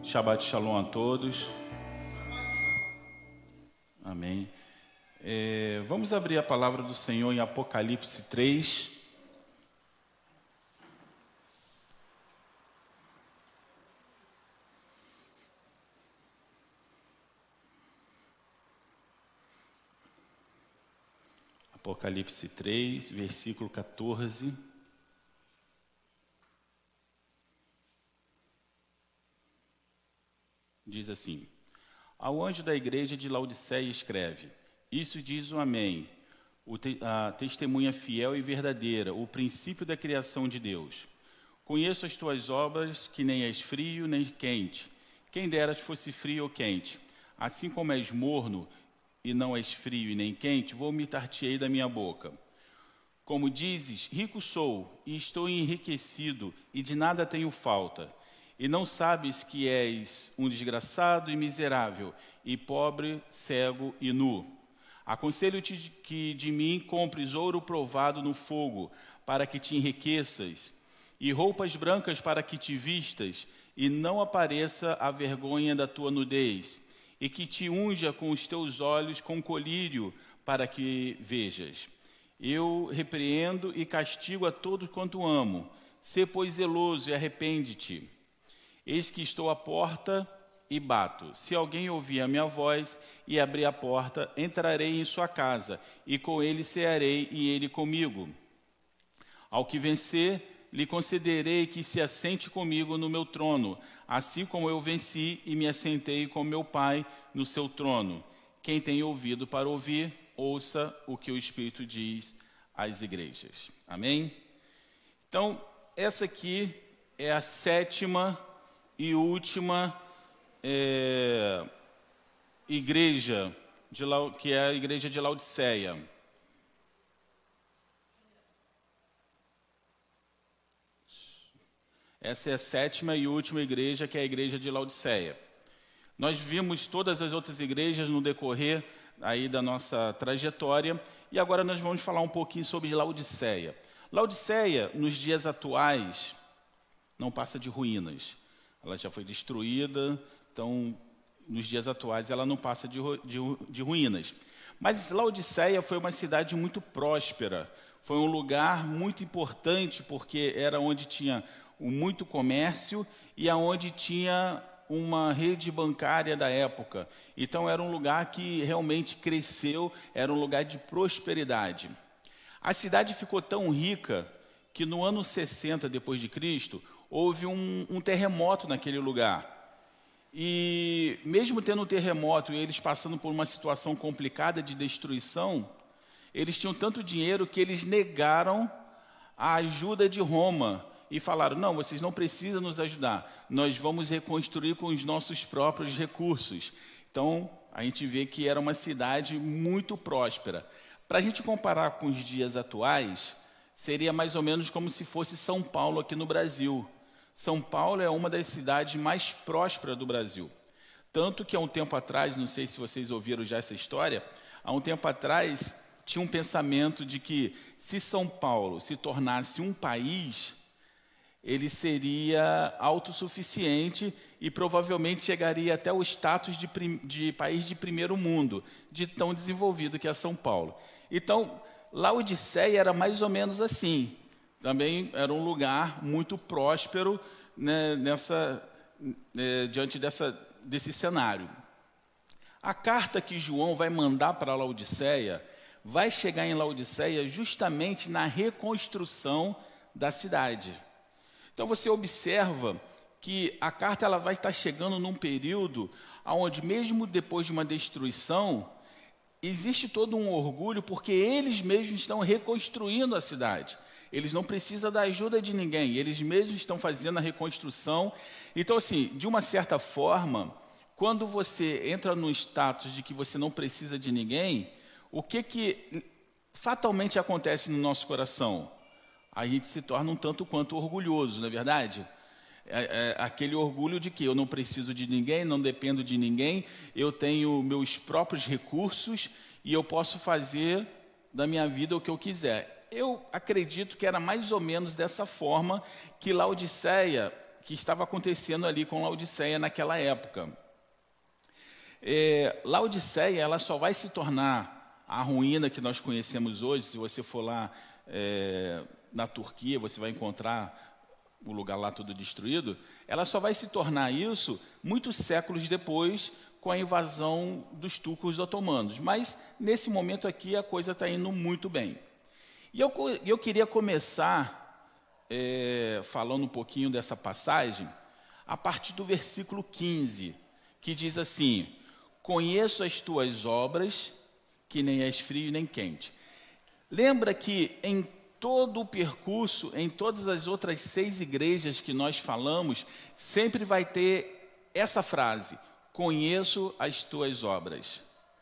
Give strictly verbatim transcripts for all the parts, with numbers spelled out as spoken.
Shabbat Shalom a todos. Amém. É, vamos abrir a palavra do Senhor em Apocalipse três. Apocalipse três, versículo quatorze. Diz assim: ao anjo da igreja de Laodiceia escreve: isso diz o Amém, o te, a testemunha fiel e verdadeira, o princípio da criação de Deus. Conheço as tuas obras, que nem és frio nem quente. Quem dera fosse frio ou quente. Assim como és morno e não és frio e nem quente, vomitar-te-ei da minha boca. Como dizes, rico sou e estou enriquecido e de nada tenho falta. E não sabes que és um desgraçado e miserável, e pobre, cego e nu. Aconselho-te que de mim compres ouro provado no fogo, para que te enriqueças, e roupas brancas para que te vistas, e não apareça a vergonha da tua nudez, e que te unja com os teus olhos com colírio, para que vejas. Eu repreendo e castigo a todos quanto amo. Sê, pois, zeloso e arrepende-te. Eis que estou à porta e bato. Se alguém ouvir a minha voz e abrir a porta, entrarei em sua casa, e com ele cearei e ele comigo. Ao que vencer, lhe concederei que se assente comigo no meu trono, assim como eu venci e me assentei com meu Pai no seu trono. Quem tem ouvido para ouvir, ouça o que o Espírito diz às igrejas. Amém? Então, essa aqui é a sétima e última é, igreja, de, que é a igreja de Laodiceia. Essa é a sétima e última igreja, que é a igreja de Laodiceia. Nós vimos todas as outras igrejas no decorrer aí da nossa trajetória, e agora nós vamos falar um pouquinho sobre Laodiceia. Laodiceia, nos dias atuais, não passa de ruínas. Ela já foi destruída, então, nos dias atuais, ela não passa de, de, de ruínas. Mas Laodiceia foi uma cidade muito próspera, foi um lugar muito importante, porque era onde tinha muito comércio e aonde tinha uma rede bancária da época. Então, era um lugar que realmente cresceu, era um lugar de prosperidade. A cidade ficou tão rica que no ano sessenta depois de Cristo, houve um, um terremoto naquele lugar. E mesmo tendo um terremoto e eles passando por uma situação complicada de destruição, eles tinham tanto dinheiro que eles negaram a ajuda de Roma e falaram: não, vocês não precisam nos ajudar, nós vamos reconstruir com os nossos próprios recursos. Então, a gente vê que era uma cidade muito próspera. Para a gente comparar com os dias atuais, seria mais ou menos como se fosse São Paulo aqui no Brasil. São Paulo é uma das cidades mais prósperas do Brasil. Tanto que há um tempo atrás, não sei se vocês ouviram já essa história, há um tempo atrás tinha um pensamento de que se São Paulo se tornasse um país, ele seria autossuficiente e provavelmente chegaria até o status de, de país de primeiro mundo, de tão desenvolvido que é São Paulo. Então, Laodiceia era mais ou menos assim. Também era um lugar muito próspero, né, nessa, né, diante dessa, desse cenário. A carta que João vai mandar para Laodiceia vai chegar em Laodiceia justamente na reconstrução da cidade. Então você observa que a carta ela vai estar chegando num período onde, mesmo depois de uma destruição, existe todo um orgulho, porque eles mesmos estão reconstruindo a cidade. Eles não precisam da ajuda de ninguém, eles mesmos estão fazendo a reconstrução. Então, assim, de uma certa forma, quando você entra no status de que você não precisa de ninguém, o que que fatalmente acontece no nosso coração? A gente se torna um tanto quanto orgulhoso, não é verdade? É, é aquele orgulho de que eu não preciso de ninguém, não dependo de ninguém, eu tenho meus próprios recursos e eu posso fazer da minha vida o que eu quiser. Eu acredito que era mais ou menos dessa forma que Laodiceia que estava acontecendo ali com Laodiceia naquela época. É, Laodiceia, ela só vai se tornar a ruína que nós conhecemos hoje. Se você for lá é, na Turquia, você vai encontrar o lugar lá todo destruído. Ela só vai se tornar isso muitos séculos depois, com a invasão dos turcos otomanos. Mas, nesse momento aqui, a coisa está indo muito bem. E eu, eu queria começar é, falando um pouquinho dessa passagem, a partir do versículo quinze, que diz assim: conheço as tuas obras, que nem és frio nem quente. Lembra que em todo o percurso, em todas as outras seis igrejas que nós falamos, sempre vai ter essa frase: conheço as tuas obras.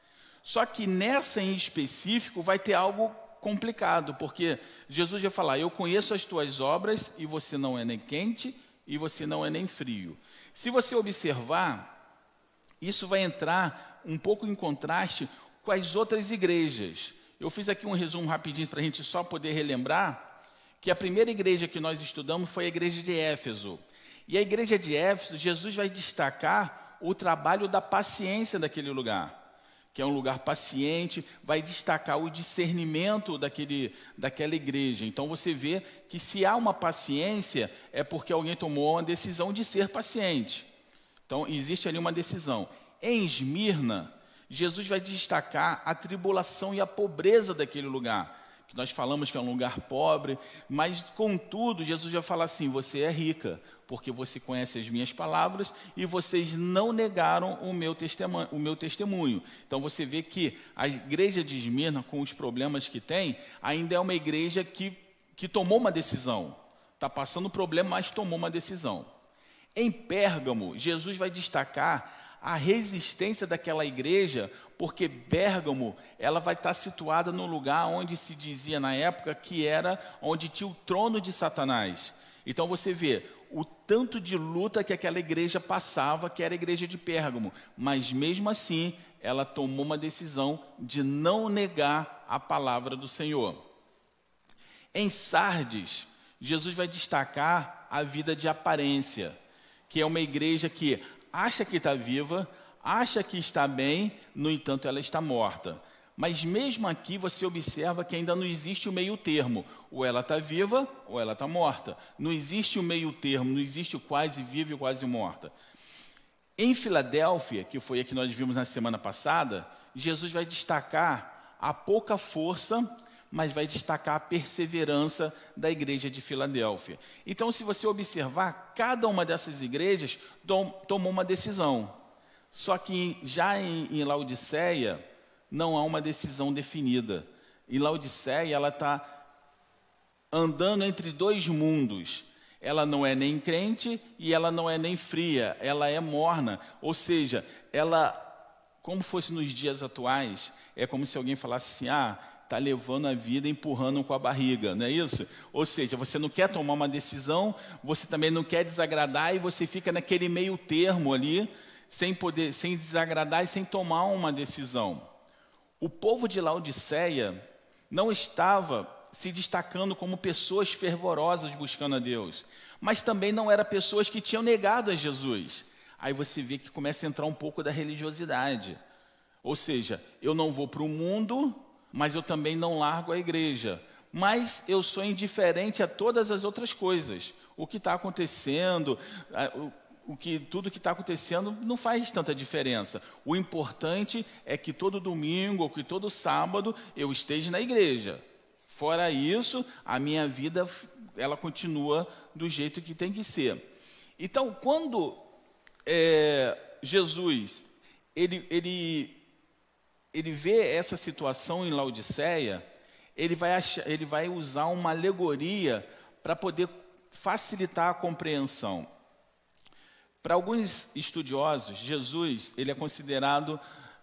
Só que nessa em específico vai ter algo complicado, porque Jesus vai falar: eu conheço as tuas obras e você não é nem quente e você não é nem frio. Se você observar, isso vai entrar um pouco em contraste com as outras igrejas. Eu fiz aqui um resumo rapidinho para a gente só poder relembrar que a primeira igreja que nós estudamos foi a igreja de Éfeso. E a igreja de Éfeso, Jesus vai destacar o trabalho da paciência daquele lugar, que é um lugar paciente, vai destacar o discernimento daquele, daquela igreja. Então você vê que se há uma paciência, é porque alguém tomou uma decisão de ser paciente. Então existe ali uma decisão. Em Esmirna, Jesus vai destacar a tribulação e a pobreza daquele lugar, que nós falamos que é um lugar pobre, mas contudo Jesus vai falar assim: você é rica, porque você conhece as minhas palavras e vocês não negaram o meu testemunho. O meu testemunho. Então você vê que a igreja de Esmirna, com os problemas que tem, ainda é uma igreja que, que tomou uma decisão. Está passando problema, mas tomou uma decisão. Em Pérgamo, Jesus vai destacar a resistência daquela igreja, porque Pérgamo, ela vai estar situada no lugar onde se dizia na época que era onde tinha o trono de Satanás. Então você vê o tanto de luta que aquela igreja passava, que era a igreja de Pérgamo, mas mesmo assim ela tomou uma decisão de não negar a palavra do Senhor. Em Sardes, Jesus vai destacar a vida de aparência, que é uma igreja que acha que está viva, acha que está bem, no entanto ela está morta. Mas mesmo aqui você observa que ainda não existe o meio termo. Ou ela está viva, ou ela está morta. Não existe o meio termo, não existe o quase viva e o quase morta. Em Filadélfia, que foi a que nós vimos na semana passada, Jesus vai destacar a pouca força, mas vai destacar a perseverança da igreja de Filadélfia. Então, se você observar, cada uma dessas igrejas tomou uma decisão. Só que já em, em Laodiceia, não há uma decisão definida. Em Laodiceia, ela está andando entre dois mundos. Ela não é nem crente e ela não é nem fria, ela é morna. Ou seja, ela, como fosse nos dias atuais, é como se alguém falasse assim: ah, está levando a vida empurrando com a barriga, não é isso? Ou seja, você não quer tomar uma decisão, você também não quer desagradar e você fica naquele meio termo ali, sem poder, sem desagradar e sem tomar uma decisão. O povo de Laodiceia não estava se destacando como pessoas fervorosas buscando a Deus, mas também não eram pessoas que tinham negado a Jesus. Aí você vê que começa a entrar um pouco da religiosidade. Ou seja, eu não vou para o mundo, mas eu também não largo a igreja. Mas eu sou indiferente a todas as outras coisas. O que está acontecendo, o que, tudo que está acontecendo não faz tanta diferença. O importante é que todo domingo ou que todo sábado eu esteja na igreja. Fora isso, a minha vida ela continua do jeito que tem que ser. Então, quando é, Jesus ele, ele, ele vê essa situação em Laodiceia, ele vai, achar, ele vai usar uma alegoria para poder facilitar a compreensão. Para alguns estudiosos, Jesus ele é considerado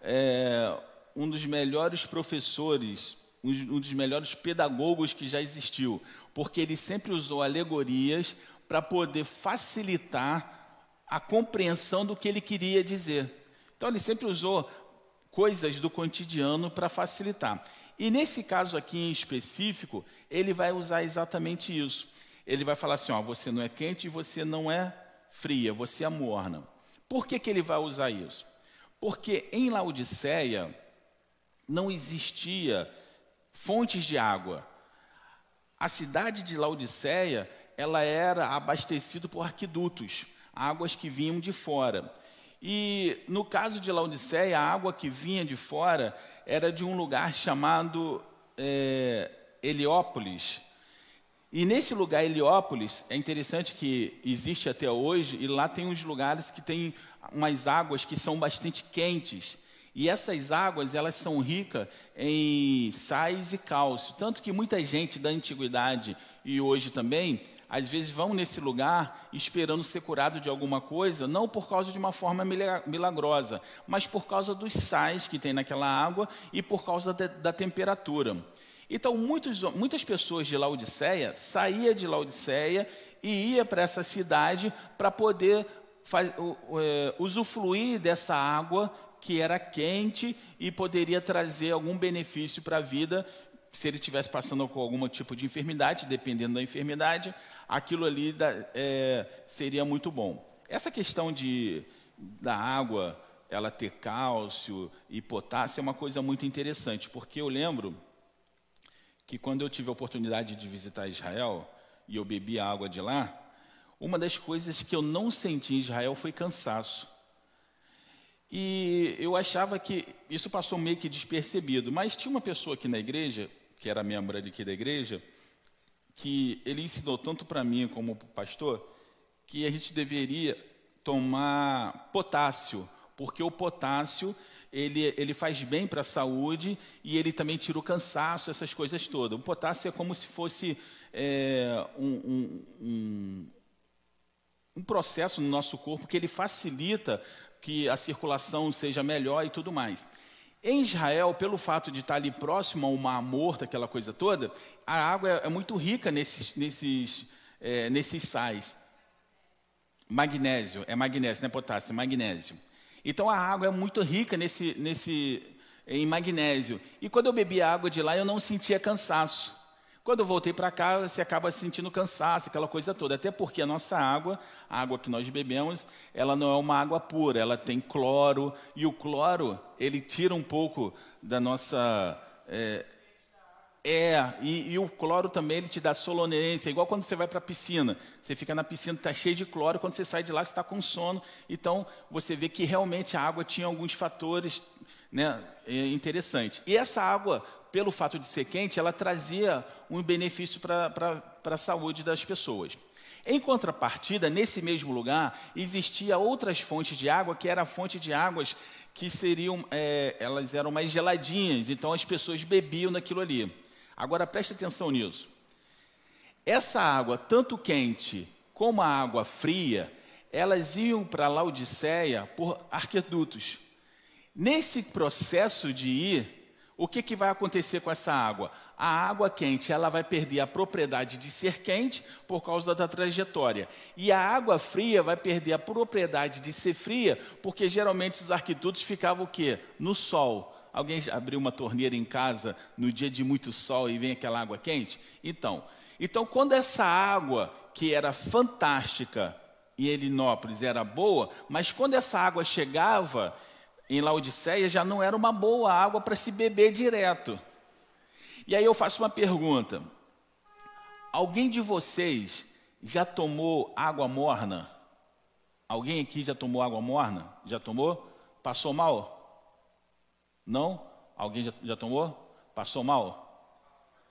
é, um dos melhores professores, um dos melhores pedagogos que já existiu, porque ele sempre usou alegorias para poder facilitar a compreensão do que ele queria dizer. Então, ele sempre usou coisas do cotidiano para facilitar. E nesse caso aqui em específico, ele vai usar exatamente isso. Ele vai falar assim, ó, você não é quente e você não é fria, você amorna. Por que que ele vai usar isso? Porque em Laodiceia não existia fontes de água. A cidade de Laodiceia, ela era abastecida por aquedutos, águas que vinham de fora. E no caso de Laodiceia, a água que vinha de fora era de um lugar chamado é, Heliópolis. E nesse lugar, Heliópolis, é interessante que existe até hoje, e lá tem uns lugares que tem umas águas que são bastante quentes. E essas águas, elas são ricas em sais e cálcio. Tanto que muita gente da antiguidade e hoje também, às vezes vão nesse lugar esperando ser curado de alguma coisa, não por causa de uma forma milagrosa, mas por causa dos sais que tem naquela água e por causa de, da temperatura. Então, muitos, muitas pessoas de Laodiceia saíam de Laodiceia e iam para essa cidade para poder faz, uh, uh, usufruir dessa água que era quente e poderia trazer algum benefício para a vida, se ele estivesse passando com algum tipo de enfermidade, dependendo da enfermidade, aquilo ali da, é, seria muito bom. Essa questão de, da água, ela ter cálcio e potássio é uma coisa muito interessante, porque eu lembro que quando eu tive a oportunidade de visitar Israel, e eu bebi a água de lá, uma das coisas que eu não senti em Israel foi cansaço. E eu achava que isso passou meio que despercebido, mas tinha uma pessoa aqui na igreja, que era membro aqui da igreja, que ele ensinou tanto para mim como para o pastor, que a gente deveria tomar potássio, porque o potássio ele, ele faz bem para a saúde e ele também tira o cansaço, essas coisas todas. O potássio é como se fosse é, um, um, um, um processo no nosso corpo que ele facilita que a circulação seja melhor e tudo mais. Em Israel, pelo fato de estar ali próximo ao Mar Morto, aquela coisa toda, a água é, é muito rica nesses, nesses, é, nesses sais. Magnésio, é magnésio, não é potássio, é magnésio. Então a água é muito rica nesse, nesse, em magnésio. E quando eu bebi a água de lá, eu não sentia cansaço. Quando eu voltei para cá, você acaba sentindo cansaço, aquela coisa toda. Até porque a nossa água, a água que nós bebemos, ela não é uma água pura, ela tem cloro. E o cloro, ele tira um pouco da nossa... É, é e, e o cloro também, ele te dá sonolência. Igual quando você vai para a piscina. Você fica na piscina, está cheio de cloro. Quando você sai de lá, você está com sono. Então, você vê que realmente a água tinha alguns fatores, né, interessantes. E essa água, pelo fato de ser quente, ela trazia um benefício para a saúde das pessoas. Em contrapartida, nesse mesmo lugar, existia outras fontes de água, que era a fonte de águas que seriam, é, elas eram mais geladinhas, então as pessoas bebiam naquilo ali. Agora, preste atenção nisso. Essa água, tanto quente como a água fria, elas iam para Laodiceia por aquedutos. Nesse processo de ir, o que, que vai acontecer com essa água? A água quente, ela vai perder a propriedade de ser quente por causa da trajetória. E a água fria vai perder a propriedade de ser fria, porque geralmente os aquedutos ficavam o quê? No sol. Alguém já abriu uma torneira em casa no dia de muito sol e vem aquela água quente? Então, então quando essa água, que era fantástica em Helinópolis, era boa, mas quando essa água chegava em Laodiceia, já não era uma boa água para se beber direto. E aí eu faço uma pergunta. Alguém de vocês já tomou água morna? Alguém aqui já tomou água morna? Já tomou? Passou mal? Não? Alguém já, já tomou? Passou mal?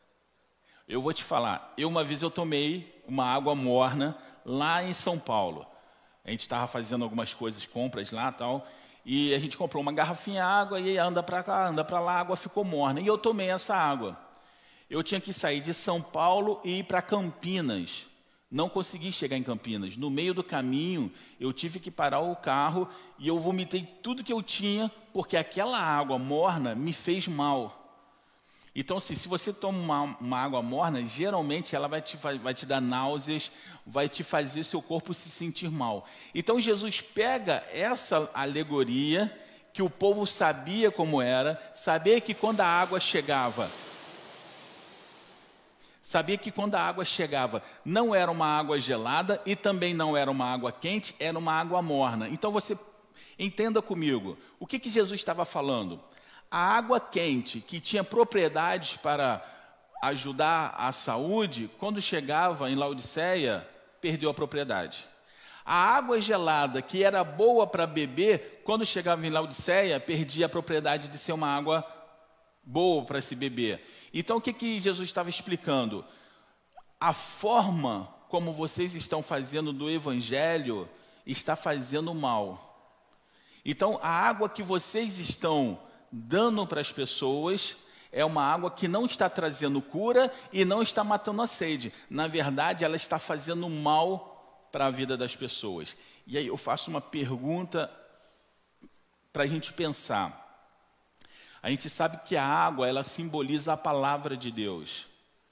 Eu vou te falar. Eu uma vez eu tomei uma água morna lá em São Paulo. A gente estava fazendo algumas coisas, compras lá e tal. E a gente comprou uma garrafinha de água e anda para cá, anda para lá, a água ficou morna. E eu tomei essa água. Eu tinha que sair de São Paulo e ir para Campinas. Não consegui chegar em Campinas. No meio do caminho, eu tive que parar o carro e eu vomitei tudo que eu tinha, porque aquela água morna me fez mal. Então, assim, se você toma uma, uma água morna, geralmente ela vai te, vai te dar náuseas, vai te fazer seu corpo se sentir mal. Então, Jesus pega essa alegoria, que o povo sabia como era, sabia que quando a água chegava... sabia que quando a água chegava, não era uma água gelada e também não era uma água quente, era uma água morna. Então você entenda comigo, o que, que Jesus estava falando? A água quente, que tinha propriedades para ajudar a saúde, quando chegava em Laodiceia, perdeu a propriedade. A água gelada, que era boa para beber, quando chegava em Laodiceia, perdia a propriedade de ser uma água boa para se beber. Então, o que, que Jesus estava explicando? A forma como vocês estão fazendo do Evangelho está fazendo mal. Então, a água que vocês estão dando para as pessoas é uma água que não está trazendo cura e não está matando a sede. Na verdade, ela está fazendo mal para a vida das pessoas. E aí eu faço uma pergunta para a gente pensar. A gente sabe que a água, ela simboliza a palavra de Deus.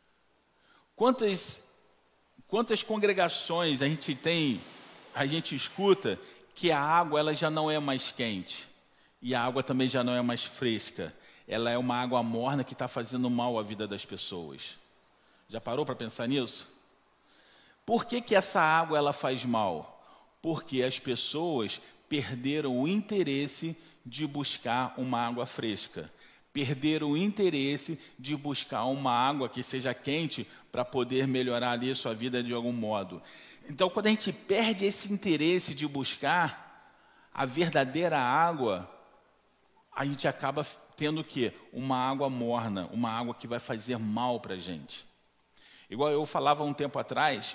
Quantas, quantas congregações a gente tem, a gente escuta que a água ela já não é mais quente e a água também já não é mais fresca. Ela é uma água morna que está fazendo mal à vida das pessoas. Já parou para pensar nisso? Por que que essa água ela faz mal? Porque as pessoas perderam o interesse de buscar uma água fresca. Perderam o interesse de buscar uma água que seja quente para poder melhorar ali a sua vida de algum modo. Então, quando a gente perde esse interesse de buscar a verdadeira água, a gente acaba tendo o quê? Uma água morna, uma água que vai fazer mal para a gente. Igual eu falava um tempo atrás,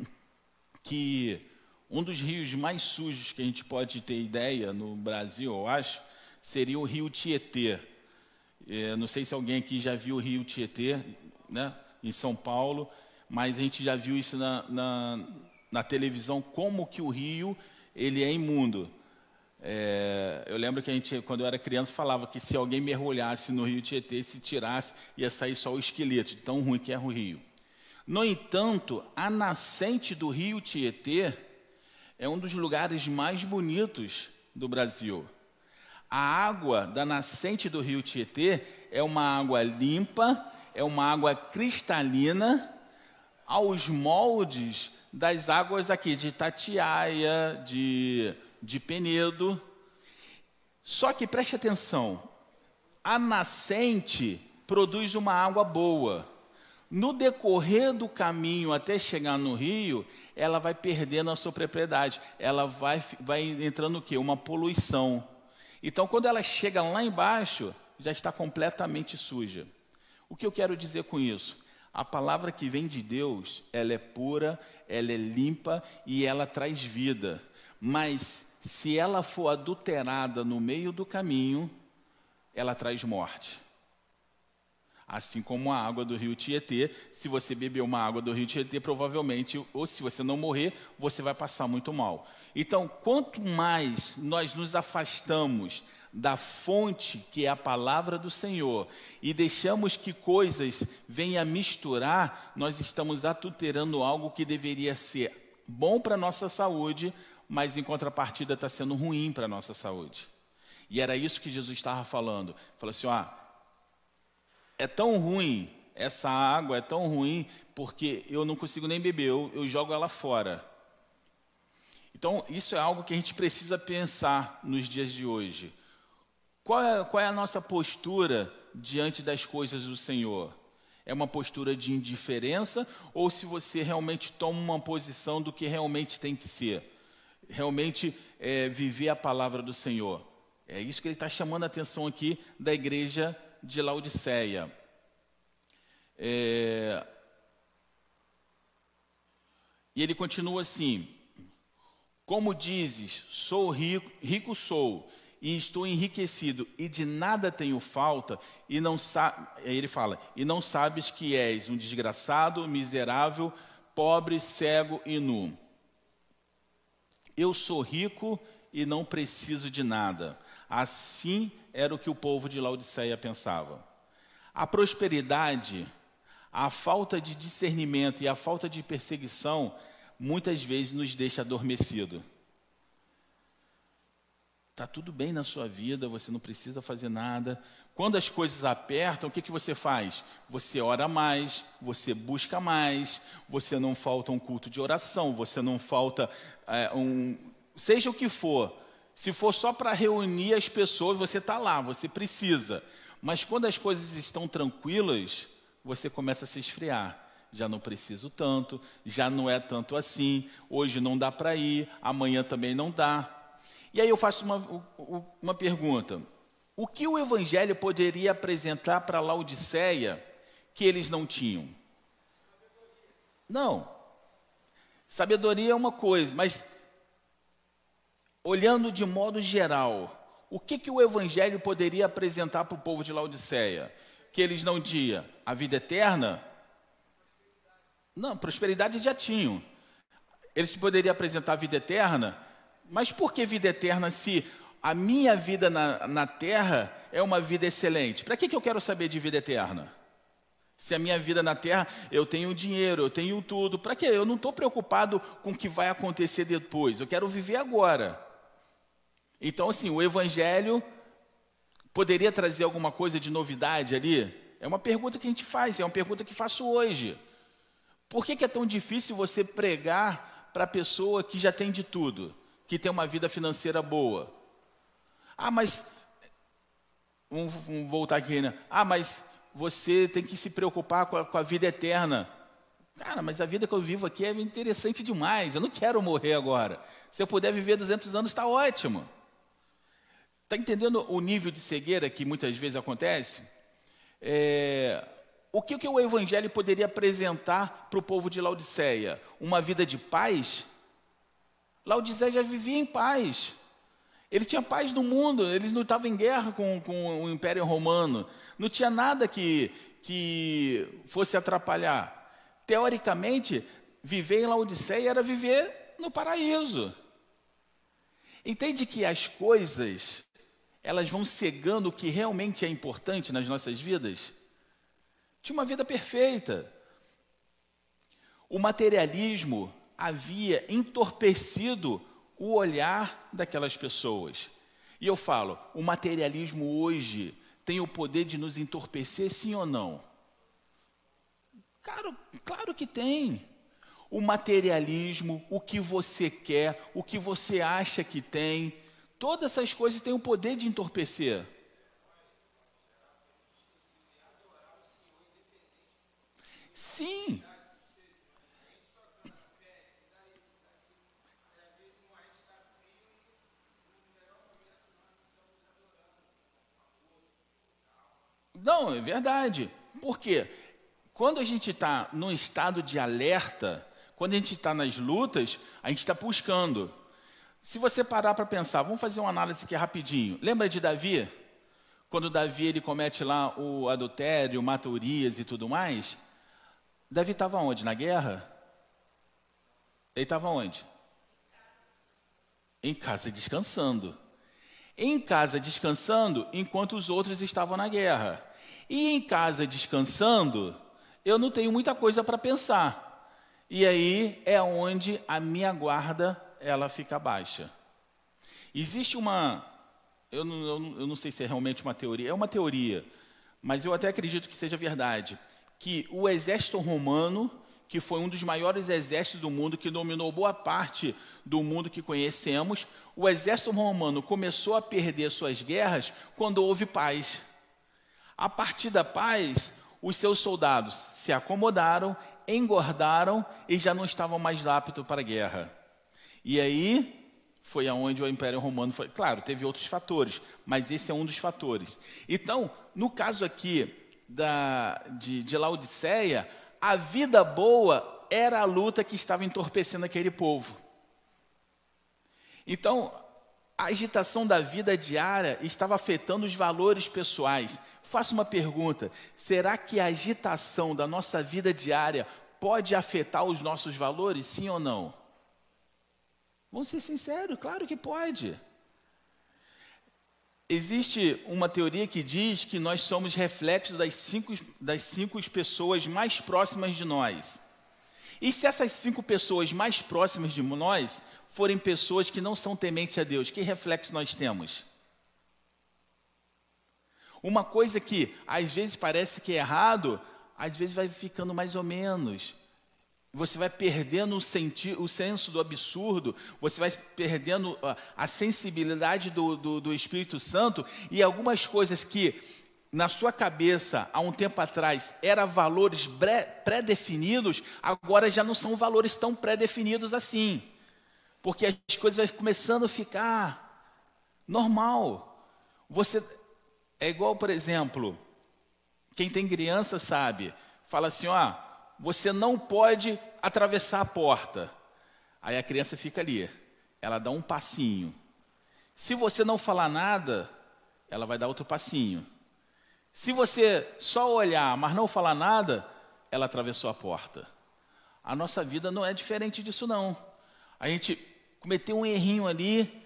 que um dos rios mais sujos que a gente pode ter ideia no Brasil, eu acho, seria o rio Tietê. É, não sei se alguém aqui já viu o rio Tietê, né, em São Paulo, mas a gente já viu isso na, na, na televisão, como que o rio ele é imundo. É, eu lembro que a gente, quando eu era criança, falava que se alguém mergulhasse no rio Tietê, se tirasse, ia sair só o esqueleto, de tão ruim que é o rio. No entanto, a nascente do rio Tietê é um dos lugares mais bonitos do Brasil. A água da nascente do rio Tietê é uma água limpa, é uma água cristalina, aos moldes das águas aqui de Itatiaia, de, de Penedo. Só que preste atenção, a nascente produz uma água boa. No decorrer do caminho até chegar no rio, ela vai perdendo a sua propriedade. Ela vai, vai entrando o quê? Uma poluição. Então, quando ela chega lá embaixo, já está completamente suja. O que eu quero dizer com isso? A palavra que vem de Deus, ela é pura, ela é limpa e ela traz vida. Mas, se ela for adulterada no meio do caminho, ela traz morte. Assim como a água do rio Tietê, se você beber uma água do rio Tietê, provavelmente, ou se você não morrer, você vai passar muito mal. Então, quanto mais nós nos afastamos da fonte que é a palavra do Senhor e deixamos que coisas venham a misturar, nós estamos adulterando algo que deveria ser bom para a nossa saúde, mas em contrapartida está sendo ruim para a nossa saúde. E era isso que Jesus estava falando. Falou assim, ó, é tão ruim, essa água é tão ruim, porque eu não consigo nem beber, eu, eu jogo ela fora. Então, isso é algo que a gente precisa pensar nos dias de hoje. Qual é, qual é a nossa postura diante das coisas do Senhor? É uma postura de indiferença, ou se você realmente toma uma posição do que realmente tem que ser? Realmente é, viver a palavra do Senhor. É isso que ele está chamando a atenção aqui da igreja de Laodiceia. É... E ele continua assim: como dizes, sou rico, rico sou, e estou enriquecido, e de nada tenho falta, e não sa... ele fala, e não sabes que és um desgraçado, miserável, pobre, cego e nu. Eu sou rico e não preciso de nada. Assim era o que o povo de Laodiceia pensava. A prosperidade, a falta de discernimento e a falta de perseguição muitas vezes nos deixa adormecido. está tudo bem na sua vida, você não precisa fazer nada. Quando as coisas apertam, o que, que você faz? Você ora mais, você busca mais, você não falta um culto de oração, você não falta é, um... Seja o que for, se for só para reunir as pessoas, você está lá, você precisa. Mas quando as coisas estão tranquilas, você começa a se esfriar. Já não preciso tanto, já não é tanto assim, hoje não dá para ir, amanhã também não dá. E aí eu faço uma, uma pergunta. O que o Evangelho poderia apresentar para Laodiceia que eles não tinham? Não. Sabedoria é uma coisa, mas olhando de modo geral, o que, que o Evangelho poderia apresentar para o povo de Laodiceia? Que eles não tinham a vida eterna? Não, prosperidade já tinham. Eles poderiam apresentar a vida eterna, mas por que vida eterna se a minha vida na, na terra é uma vida excelente? Para que, que eu quero saber de vida eterna? Se a minha vida na terra, eu tenho dinheiro, eu tenho tudo, para quê? Eu não estou preocupado com o que vai acontecer depois, eu quero viver agora. Então, assim, o Evangelho poderia trazer alguma coisa de novidade ali? É uma pergunta que a gente faz, é uma pergunta que faço hoje. Por que, que é tão difícil você pregar para a pessoa que já tem de tudo, que tem uma vida financeira boa? Ah, mas... Vamos, vamos voltar aqui, né? Ah, mas você tem que se preocupar com a, com a vida eterna. Cara, mas a vida que eu vivo aqui é interessante demais, eu não quero morrer agora. Se eu puder viver duzentos anos, está ótimo. Está entendendo o nível de cegueira que muitas vezes acontece? É... O que, que o Evangelho poderia apresentar para o povo de Laodiceia? Uma vida de paz? Laodiceia já vivia em paz. Ele tinha paz no mundo, eles não estavam em guerra com, com o Império Romano. Não tinha nada que, que fosse atrapalhar. Teoricamente, viver em Laodiceia era viver no paraíso. Entende que as coisas, elas vão cegando o que realmente é importante nas nossas vidas? Tinha uma vida perfeita. O materialismo havia entorpecido o olhar daquelas pessoas. E eu falo, o materialismo hoje tem o poder de nos entorpecer, sim ou não? Claro, claro que tem. O materialismo, o que você quer, o que você acha que tem, todas essas coisas têm o poder de entorpecer. Sim. Não, é verdade. Por quê? Quando a gente está num estado de alerta, quando a gente está nas lutas, a gente está buscando. Se você parar para pensar, vamos fazer uma análise aqui rapidinho. Lembra de Davi? Quando Davi ele comete lá o adultério, mata Urias e tudo mais. Davi estava onde? Na guerra? Ele estava onde? Em casa descansando. Em casa descansando, enquanto os outros estavam na guerra. E em casa descansando, eu não tenho muita coisa para pensar. E aí é onde a minha guarda ela fica baixa. Existe uma... Eu não, eu, não, eu não sei se é realmente uma teoria. É uma teoria, mas eu até acredito que seja verdade. Que o exército romano, que foi um dos maiores exércitos do mundo, que dominou boa parte do mundo que conhecemos, o exército romano começou a perder suas guerras quando houve paz. A partir da paz, os seus soldados se acomodaram, engordaram e já não estavam mais aptos para a guerra. E aí foi aonde o Império Romano foi. Claro, teve outros fatores, mas esse é um dos fatores. Então, no caso aqui da, de, de Laodiceia, a vida boa era a luta que estava entorpecendo aquele povo. Então, a agitação da vida diária estava afetando os valores pessoais. Faço uma pergunta, será que a agitação da nossa vida diária pode afetar os nossos valores, sim ou não? Vamos ser sinceros, claro que pode. Existe uma teoria que diz que nós somos reflexos das cinco, das cinco pessoas mais próximas de nós. E se essas cinco pessoas mais próximas de nós forem pessoas que não são tementes a Deus, que reflexo nós temos? Uma coisa que às vezes parece que é errado, às vezes vai ficando mais ou menos. Você vai perdendo o, senti- o senso do absurdo, você vai perdendo a, a sensibilidade do, do, do Espírito Santo, e algumas coisas que na sua cabeça, há um tempo atrás, eram valores bre- pré-definidos, agora já não são valores tão pré-definidos assim. Porque as coisas vão começando a ficar normal. Você é igual, por exemplo, quem tem criança sabe, fala assim, ó, você não pode atravessar a porta. Aí a criança fica ali, ela dá um passinho. Se você não falar nada, ela vai dar outro passinho. Se você só olhar, mas não falar nada, ela atravessou a porta. A nossa vida não é diferente disso, não. A gente cometeu um errinho ali.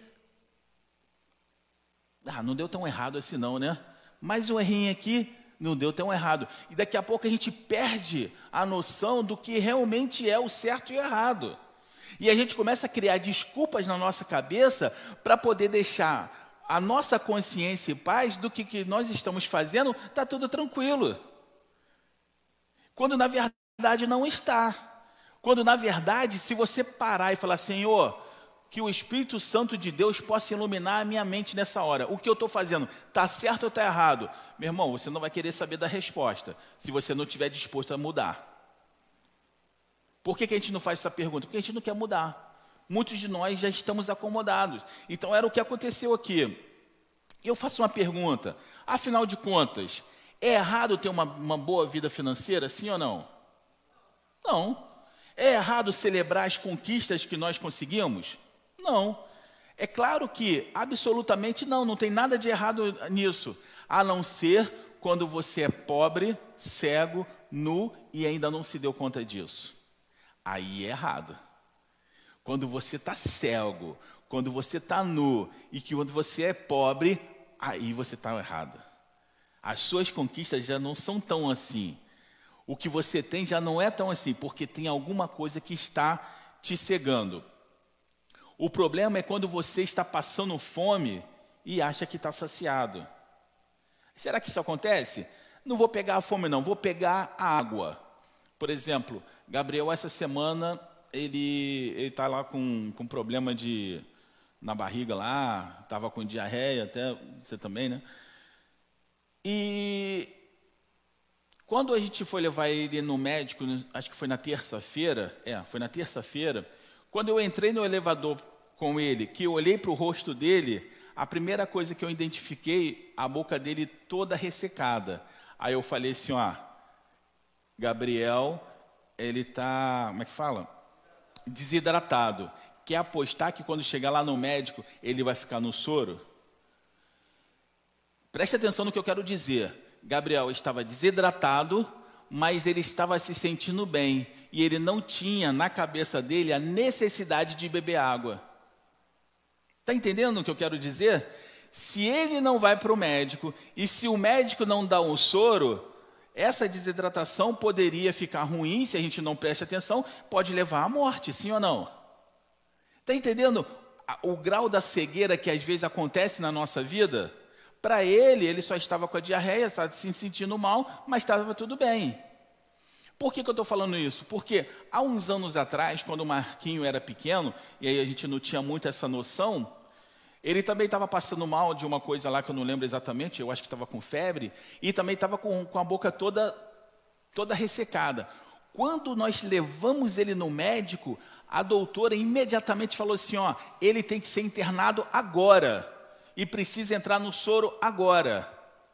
Ah, não deu tão errado assim não, né? Mais um errinho aqui, não deu tão errado. E daqui a pouco a gente perde a noção do que realmente é o certo e o errado. E a gente começa a criar desculpas na nossa cabeça para poder deixar a nossa consciência e paz do que, que nós estamos fazendo, está tudo tranquilo. Quando na verdade não está. Quando na verdade, se você parar e falar, Senhor, que o Espírito Santo de Deus possa iluminar a minha mente nessa hora. O que eu estou fazendo, está certo ou está errado? Meu irmão, você não vai querer saber da resposta, se você não estiver disposto a mudar. Por que, que a gente não faz essa pergunta? Porque a gente não quer mudar. Muitos de nós já estamos acomodados. Então era o que aconteceu aqui. Eu faço uma pergunta. Afinal de contas, é errado ter uma, uma boa vida financeira, sim ou não? Não. É errado celebrar as conquistas que nós conseguimos? Não. É claro que, absolutamente não, não tem nada de errado nisso. A não ser quando você é pobre, cego, nu e ainda não se deu conta disso. Aí é errado. Quando você está cego, quando você está nu e que quando você é pobre, aí você está errado. As suas conquistas já não são tão assim. O que você tem já não é tão assim, porque tem alguma coisa que está te cegando. O problema é quando você está passando fome e acha que está saciado. Será que isso acontece? Não vou pegar a fome não, vou pegar a água. Por exemplo, Gabriel essa semana... ele está lá com, com problema de, na barriga lá, estava com diarreia, até você também, né? E quando a gente foi levar ele no médico, acho que foi na terça-feira, é, foi na terça-feira, quando eu entrei no elevador com ele, que eu olhei para o rosto dele, a primeira coisa que eu identifiquei, a boca dele toda ressecada. Aí eu falei assim, ó, Gabriel, ele está, como é que fala? Desidratado. Quer apostar que quando chegar lá no médico, ele vai ficar no soro? Preste atenção no que eu quero dizer. Gabriel estava desidratado, mas ele estava se sentindo bem. E ele não tinha na cabeça dele a necessidade de beber água. Está entendendo o que eu quero dizer? Se ele não vai para o médico, e se o médico não dá um soro, essa desidratação poderia ficar ruim, se a gente não preste atenção, pode levar à morte, sim ou não? Está entendendo o grau da cegueira que às vezes acontece na nossa vida? Para ele, ele só estava com a diarreia, estava se sentindo mal, mas estava tudo bem. Por que, que eu estou falando isso? Porque há uns anos atrás, quando o Marquinho era pequeno, e aí a gente não tinha muito essa noção, ele também estava passando mal de uma coisa lá que eu não lembro exatamente, eu acho que estava com febre, e também estava com, com a boca toda, toda ressecada. Quando nós levamos ele no médico, a doutora imediatamente falou assim, ó, ele tem que ser internado agora, e precisa entrar no soro agora.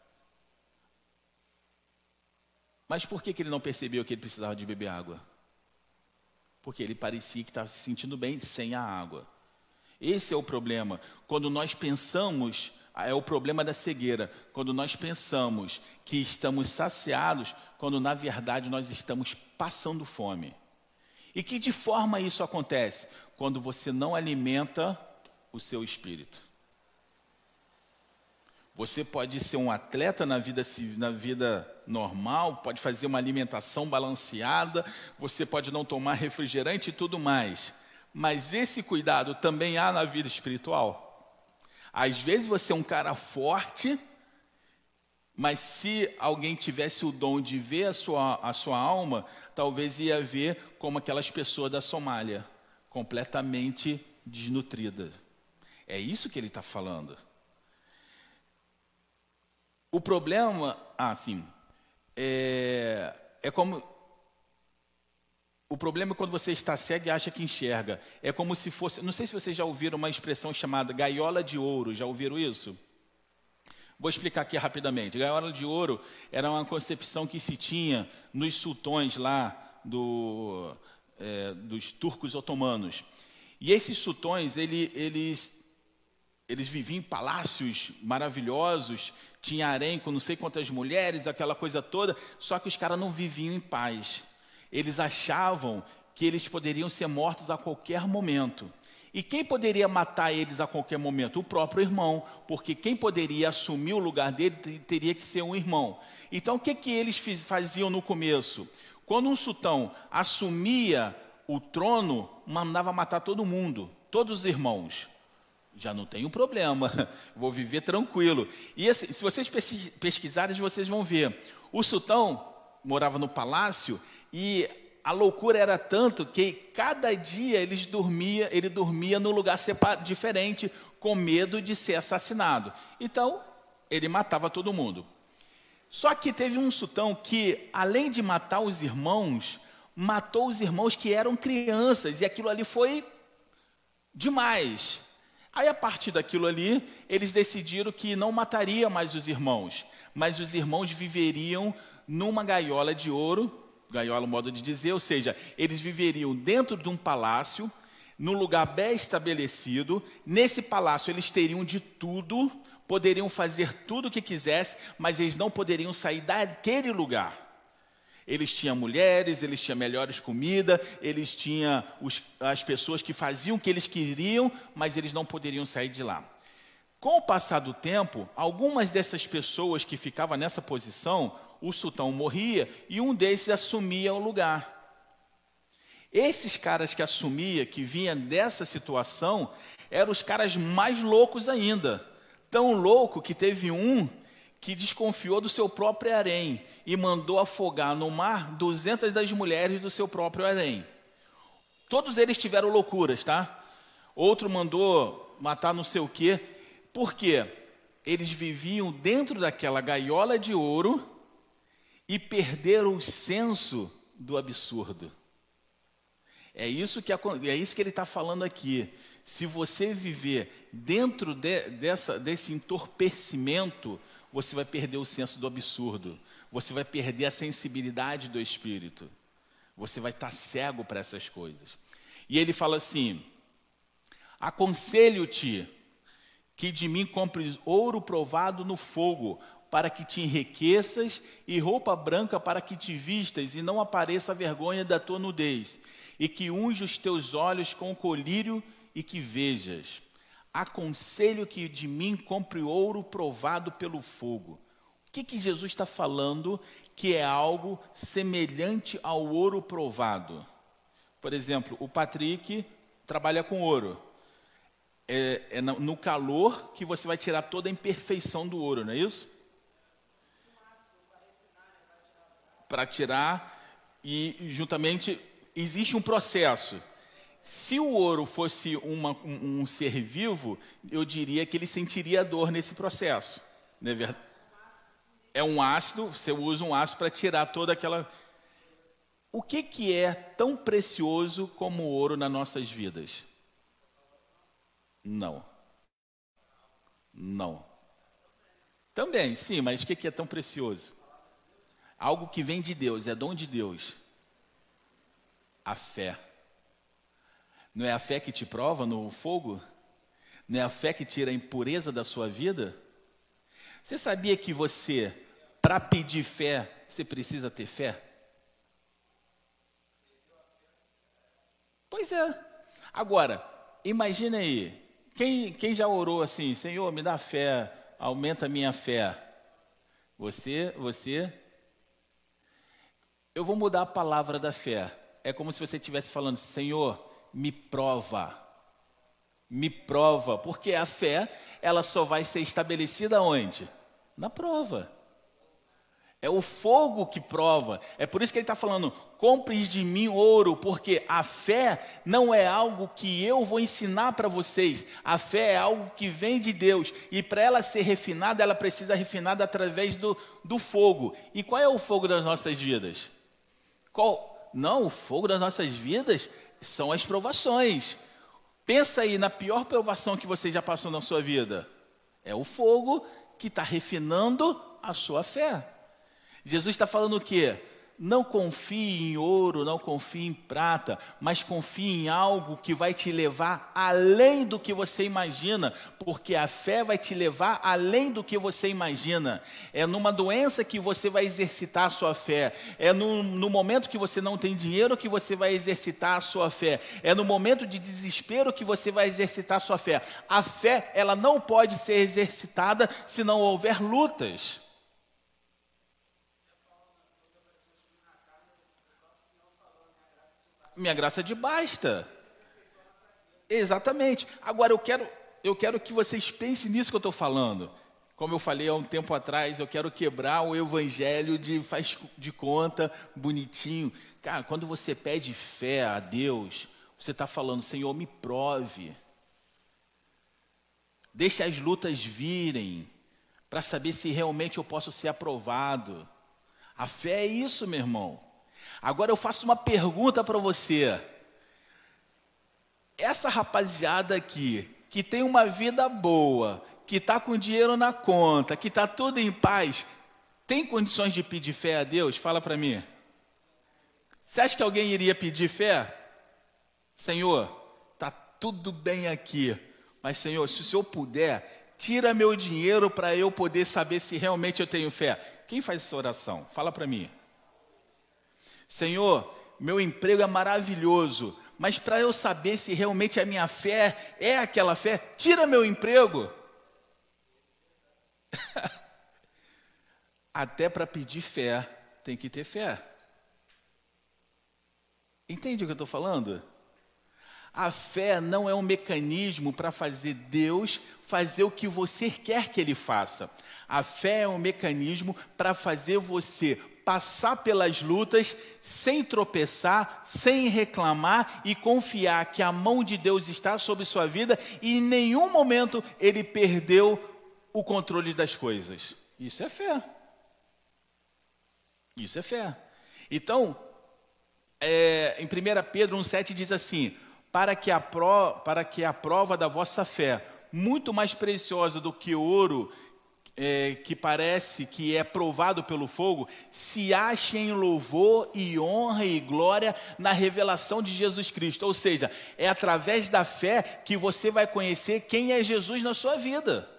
Mas por que, que ele não percebeu que ele precisava de beber água? Porque ele parecia que estava se sentindo bem sem a água. Esse é o problema. Quando nós pensamos, é o problema da cegueira. Quando nós pensamos que estamos saciados, quando na verdade nós estamos passando fome. E que de forma isso acontece? Quando você não alimenta o seu espírito. Você pode ser um atleta na vida, na vida normal, pode fazer uma alimentação balanceada, você pode não tomar refrigerante e tudo mais. Mas esse cuidado também há na vida espiritual. Às vezes você é um cara forte, mas se alguém tivesse o dom de ver a sua, a sua alma, talvez ia ver como aquelas pessoas da Somália, completamente desnutridas. É isso que ele está falando. O problema, ah, sim, é, é como... O problema é quando você está cego e acha que enxerga. É como se fosse... Não sei se vocês já ouviram uma expressão chamada gaiola de ouro. Já ouviram isso? Vou explicar aqui rapidamente. Gaiola de ouro era uma concepção que se tinha nos sultões lá do, é, dos turcos otomanos. E esses sultões, ele, eles, eles viviam em palácios maravilhosos, tinha harém com não sei quantas mulheres, aquela coisa toda, só que os caras não viviam em paz. Eles achavam que eles poderiam ser mortos a qualquer momento. E quem poderia matar eles a qualquer momento? O próprio irmão, porque quem poderia assumir o lugar dele teria que ser um irmão. Então, o que, que eles faziam no começo? Quando um sultão assumia o trono, mandava matar todo mundo, todos os irmãos. Já não tenho problema, vou viver tranquilo. E assim, se vocês pesquisarem, vocês vão ver. O sultão morava no palácio e... a loucura era tanto que cada dia eles dormia, ele dormia num lugar separ, diferente, com medo de ser assassinado. Então, ele matava todo mundo. Só que teve um sultão que, além de matar os irmãos, matou os irmãos que eram crianças, e aquilo ali foi demais. Aí, a partir daquilo ali, eles decidiram que não mataria mais os irmãos, mas os irmãos viveriam numa gaiola de ouro, gaiola, modo de dizer, ou seja, eles viveriam dentro de um palácio, num lugar bem estabelecido. Nesse palácio eles teriam de tudo, poderiam fazer tudo o que quisessem, mas eles não poderiam sair daquele lugar. Eles tinham mulheres, eles tinham melhores comidas, eles tinham os, as pessoas que faziam o que eles queriam, mas eles não poderiam sair de lá. Com o passar do tempo, algumas dessas pessoas que ficavam nessa posição, o sultão morria e um desses assumia o lugar. Esses caras que assumiam, que vinham dessa situação, eram os caras mais loucos ainda. Tão louco que teve um que desconfiou do seu próprio harém e mandou afogar no mar duzentas das mulheres do seu próprio harém. Todos eles tiveram loucuras, tá? Outro mandou matar não sei o quê. Por quê? Eles viviam dentro daquela gaiola de ouro e perderam o senso do absurdo. É isso que, é isso que ele está falando aqui. Se você viver dentro de, dessa, desse entorpecimento, você vai perder o senso do absurdo. Você vai perder a sensibilidade do espírito. Você vai estar cego para essas coisas. E ele fala assim: aconselho-te que de mim compres ouro provado no fogo, para que te enriqueças, e roupa branca para que te vistas, e não apareça a vergonha da tua nudez, e que unja os teus olhos com colírio, e que vejas. Aconselho que de mim compre ouro provado pelo fogo. O que, que Jesus está falando que é algo semelhante ao ouro provado? Por exemplo, o Patrick trabalha com ouro. É, é no calor que você vai tirar toda a imperfeição do ouro, não é isso? Para tirar, e juntamente existe um processo. Se o ouro fosse uma, um, um ser vivo, eu diria que ele sentiria dor nesse processo. Não é verdade? É um ácido, você usa um ácido para tirar toda aquela... O que, que é tão precioso como o ouro nas nossas vidas? Não. Não. Também, sim, mas o que, que é tão precioso? Algo que vem de Deus, é dom de Deus. A fé. Não é a fé que te prova no fogo? Não é a fé que tira a impureza da sua vida? Você sabia que você, para pedir fé, você precisa ter fé? Pois é. Agora, imagina aí, quem, quem já orou assim: Senhor, me dá fé, aumenta a minha fé. Você, você... Eu vou mudar a palavra da fé. É como se você estivesse falando: Senhor, me prova. Me prova, porque a fé, ela só vai ser estabelecida onde? Na prova. É o fogo que prova. É por isso que ele está falando, compres de mim ouro, porque a fé não é algo que eu vou ensinar para vocês. A fé é algo que vem de Deus. E para ela ser refinada, ela precisa ser refinada através do, do fogo. E qual é o fogo das nossas vidas? Qual? Não, o fogo das nossas vidas são as provações. Pensa aí na pior provação que você já passou na sua vida. É o fogo que está refinando a sua fé. Jesus está falando o quê? Não confie em ouro, não confie em prata, mas confie em algo que vai te levar além do que você imagina, porque a fé vai te levar além do que você imagina. É numa doença que você vai exercitar a sua fé, é no, no momento que você não tem dinheiro que você vai exercitar a sua fé, é no momento de desespero que você vai exercitar a sua fé. A fé, ela não pode ser exercitada se não houver lutas. Minha graça te basta. Exatamente. Agora eu quero, eu quero que vocês pensem nisso que eu estou falando. Como eu falei há um tempo atrás, eu quero quebrar o evangelho de faz de conta, bonitinho. Cara, quando você pede fé a Deus, você está falando, Senhor, me prove. Deixa as lutas virem, para saber se realmente eu posso ser aprovado. A fé é isso, meu irmão. Agora eu faço uma pergunta para você. Essa rapaziada aqui, que tem uma vida boa, que está com dinheiro na conta, que está tudo em paz, tem condições de pedir fé a Deus? Fala para mim. Você acha que alguém iria pedir fé? Senhor, está tudo bem aqui, mas Senhor, se o Senhor puder, tira meu dinheiro para eu poder saber se realmente eu tenho fé. Quem faz essa oração? Fala para mim. Senhor, meu emprego é maravilhoso, mas para eu saber se realmente a minha fé é aquela fé, tira meu emprego. Até para pedir fé, tem que ter fé. Entende o que eu estou falando? A fé não é um mecanismo para fazer Deus fazer o que você quer que Ele faça. A fé é um mecanismo para fazer você passar pelas lutas sem tropeçar, sem reclamar e confiar que a mão de Deus está sobre sua vida e em nenhum momento Ele perdeu o controle das coisas. Isso é fé. Isso é fé. Então, é, em primeira Pedro um sete diz assim, para que, a pro, para que a prova da vossa fé, muito mais preciosa do que ouro, É, que parece que é provado pelo fogo, se ache em louvor e honra e glória na revelação de Jesus Cristo. Ou seja, é através da fé que você vai conhecer quem é Jesus na sua vida.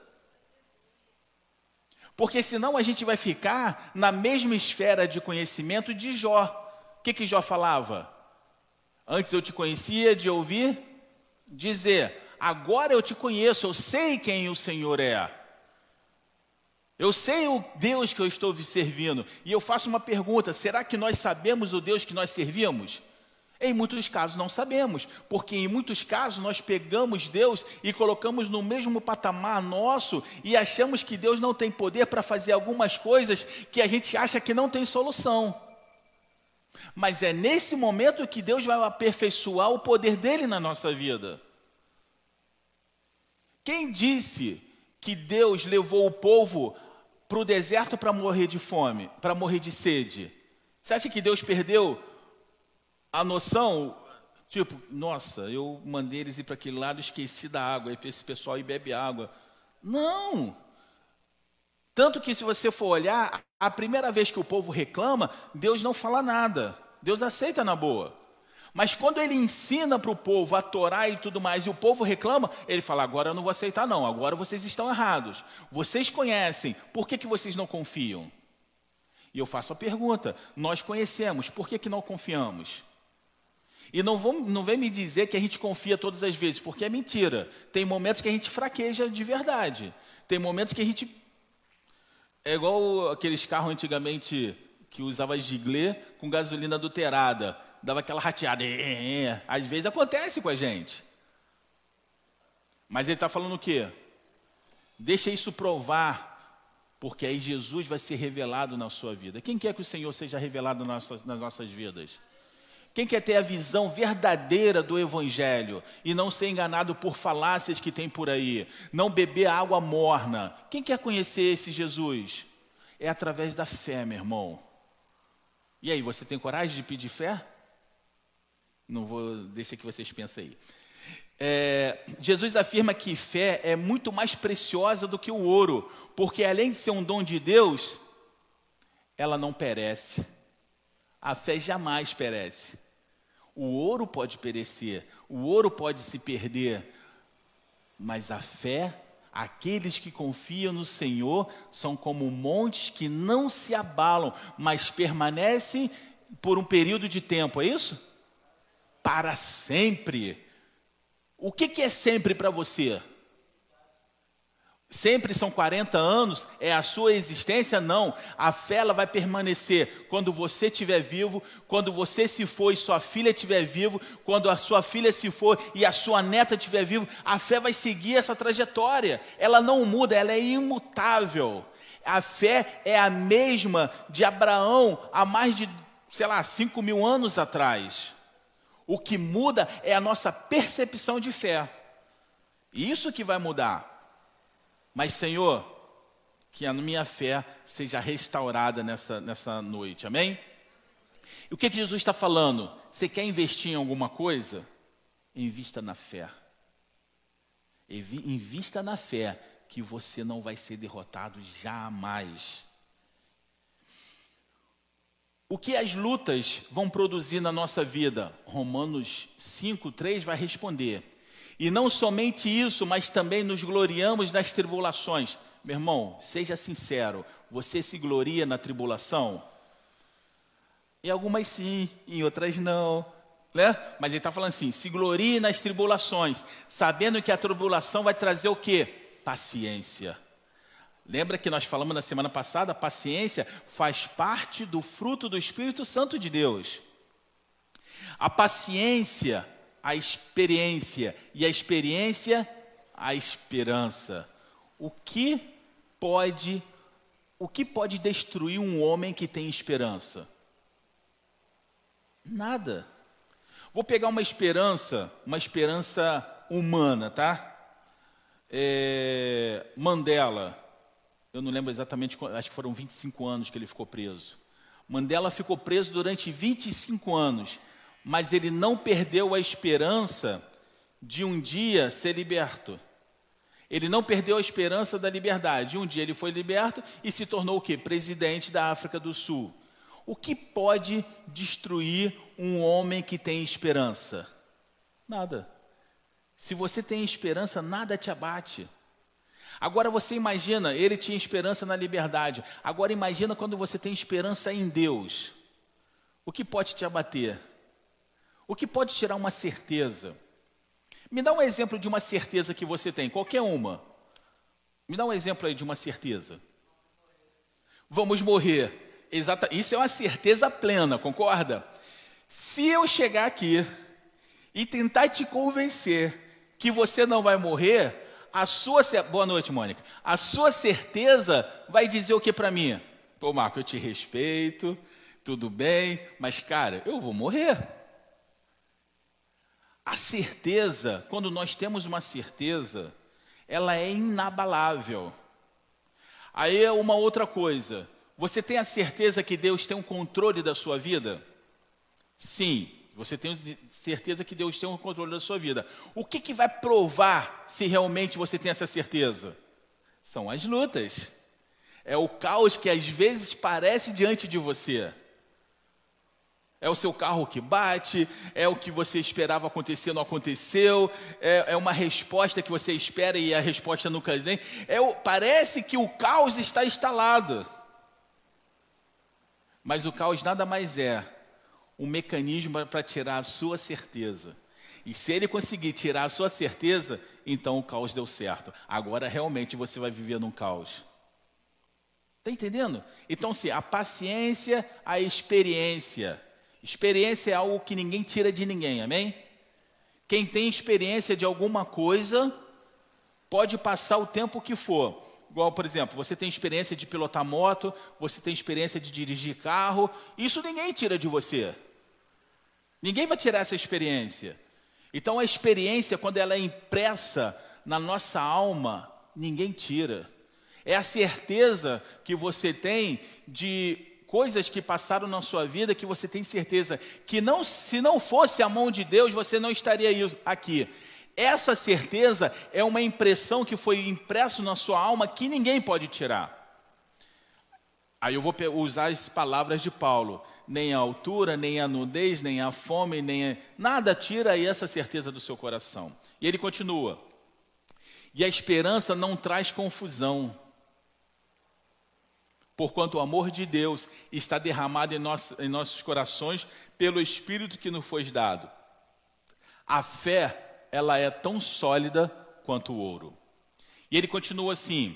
Porque senão a gente vai ficar na mesma esfera de conhecimento de Jó. O que que Jó falava? Antes eu te conhecia de ouvir dizer, agora eu te conheço, eu sei quem o Senhor é. Eu sei o Deus que eu estou servindo. E eu faço uma pergunta, será que nós sabemos o Deus que nós servimos? Em muitos casos não sabemos, porque em muitos casos nós pegamos Deus e colocamos no mesmo patamar nosso e achamos que Deus não tem poder para fazer algumas coisas que a gente acha que não tem solução. Mas é nesse momento que Deus vai aperfeiçoar o poder dele na nossa vida. Quem disse que Deus levou o povo para o deserto para morrer de fome, para morrer de sede? Você acha que Deus perdeu a noção? Tipo, nossa, eu mandei eles ir para aquele lado, esqueci da água, aí esse pessoal aí bebe água. Não! Tanto que se você for olhar, a primeira vez que o povo reclama, Deus não fala nada. Deus aceita na boa. Mas quando ele ensina para o povo a Torá e tudo mais, e o povo reclama, ele fala, agora eu não vou aceitar não, agora vocês estão errados. Vocês conhecem, por que que vocês não confiam? E eu faço a pergunta, nós conhecemos, por que que não confiamos? E não, vão, não vem me dizer que a gente confia todas as vezes, porque é mentira. Tem momentos que a gente fraqueja de verdade. Tem momentos que a gente... É igual aqueles carros antigamente que usava giglê com gasolina adulterada. dava aquela rateada. É, é. Às vezes acontece com a gente. Mas ele está falando o quê? Deixa isso provar, porque aí Jesus vai ser revelado na sua vida. Quem quer que o Senhor seja revelado nas nossas, nas nossas vidas? Quem quer ter a visão verdadeira do Evangelho e não ser enganado por falácias que tem por aí? Não beber água morna. Quem quer conhecer esse Jesus? É através da fé, meu irmão. E aí, você tem coragem de pedir fé? Não vou, deixa que vocês pensem aí. É, Jesus afirma que fé é muito mais preciosa do que o ouro, porque além de ser um dom de Deus, ela não perece. A fé jamais perece. O ouro pode perecer, o ouro pode se perder, mas a fé, aqueles que confiam no Senhor, são como montes que não se abalam, mas permanecem por um período de tempo, é isso? Para sempre. O que, que é sempre para você? Sempre são quarenta anos? É a sua existência? Não. A fé ela vai permanecer quando você estiver vivo, quando você se for e sua filha estiver vivo, quando a sua filha se for e a sua neta estiver vivo, a fé vai seguir essa trajetória. Ela não muda, ela é imutável. A fé é a mesma de Abraão há mais de, sei lá, cinco mil anos atrás. O que muda é a nossa percepção de fé. Isso que vai mudar. Mas, Senhor, que a minha fé seja restaurada nessa, nessa noite. Amém? E o que, que Jesus está falando? Você quer investir em alguma coisa? Invista na fé. Invista na fé que você não vai ser derrotado jamais. O que as lutas vão produzir na nossa vida? Romanos cinco, três vai responder. E não somente isso, mas também nos gloriamos nas tribulações. Meu irmão, seja sincero, você se gloria na tribulação? Em algumas sim, em outras não. Né? Mas ele está falando assim, se glorie nas tribulações, sabendo que a tribulação vai trazer o quê? Paciência. Lembra que nós falamos na semana passada, a paciência faz parte do fruto do Espírito Santo de Deus. A paciência, a experiência, e a experiência, a esperança. O que pode, o que pode destruir um homem que tem esperança? Nada. Vou pegar uma esperança, uma esperança humana, tá? É, Mandela. Eu não lembro exatamente, acho que foram vinte e cinco anos que ele ficou preso. Mandela ficou preso durante vinte e cinco anos, mas ele não perdeu a esperança de um dia ser liberto. Ele não perdeu a esperança da liberdade. Um dia ele foi liberto e se tornou o quê? Presidente da África do Sul. O que pode destruir um homem que tem esperança? Nada. Se você tem esperança, nada te abate. Agora você imagina, ele tinha esperança na liberdade. Agora imagina quando você tem esperança em Deus. O que pode te abater? O que pode tirar uma certeza? Me dá um exemplo de uma certeza que você tem, qualquer uma. Me dá um exemplo aí de uma certeza. Vamos morrer. Exata, isso é uma certeza plena, concorda? Se eu chegar aqui e tentar te convencer que você não vai morrer, a sua... Boa noite, Mônica. A sua certeza vai dizer o que para mim? Pô, Marco, eu te respeito, tudo bem, mas, cara, eu vou morrer. A certeza, quando nós temos uma certeza, ela é inabalável. Aí é uma outra coisa. Você tem a certeza que Deus tem um controle da sua vida? Sim. Você tem certeza que Deus tem um controle da sua vida. O que, que vai provar se realmente você tem essa certeza? São as lutas. É o caos que às vezes parece diante de você. É o seu carro que bate, é o que você esperava acontecer, não aconteceu, é, é uma resposta que você espera e a resposta nunca vem. É o, parece que o caos está instalado. Mas o caos nada mais é um mecanismo para tirar a sua certeza. E se ele conseguir tirar a sua certeza, então o caos deu certo. Agora realmente você vai viver num caos. Está entendendo? Então, sim, a paciência, a experiência Experiência é algo que ninguém tira de ninguém, amém? Quem tem experiência de alguma coisa, pode passar o tempo que for. Igual, por exemplo, você tem experiência de pilotar moto, você tem experiência de dirigir carro, isso ninguém tira de você. Ninguém vai tirar essa experiência. Então a experiência, quando ela é impressa na nossa alma, ninguém tira. É a certeza que você tem de coisas que passaram na sua vida, que você tem certeza que não, se não fosse a mão de Deus, você não estaria aqui. Essa certeza é uma impressão que foi impresso na sua alma que ninguém pode tirar. Aí eu vou usar as palavras de Paulo. Nem a altura, nem a nudez, nem a fome, nem a... nada tira aí essa certeza do seu coração. E ele continua. E a esperança não traz confusão, porquanto o amor de Deus está derramado em, nosso, em nossos corações pelo Espírito que nos foi dado. A fé, ela é tão sólida quanto o ouro. E ele continua assim.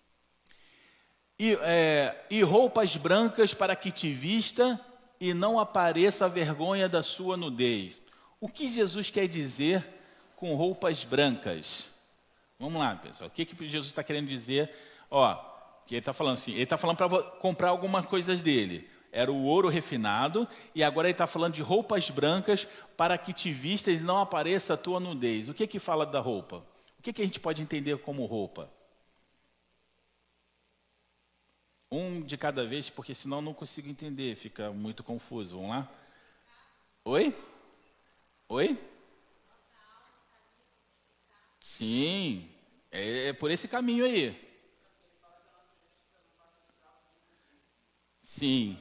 E, é, e roupas brancas para que te vista e não apareça a vergonha da sua nudez. O que Jesus quer dizer com roupas brancas? Vamos lá, pessoal. O que, que Jesus está querendo dizer? Ó, que ele está falando assim, ele está falando para comprar algumas coisas dele. Era o ouro refinado, e agora ele está falando de roupas brancas para que te vistas e não apareça a tua nudez. O que que fala da roupa? O que que a gente pode entender como roupa? Um de cada vez, porque senão eu não consigo entender, fica muito confuso. Vamos lá? Oi? Oi? Sim, é por esse caminho aí. Sim.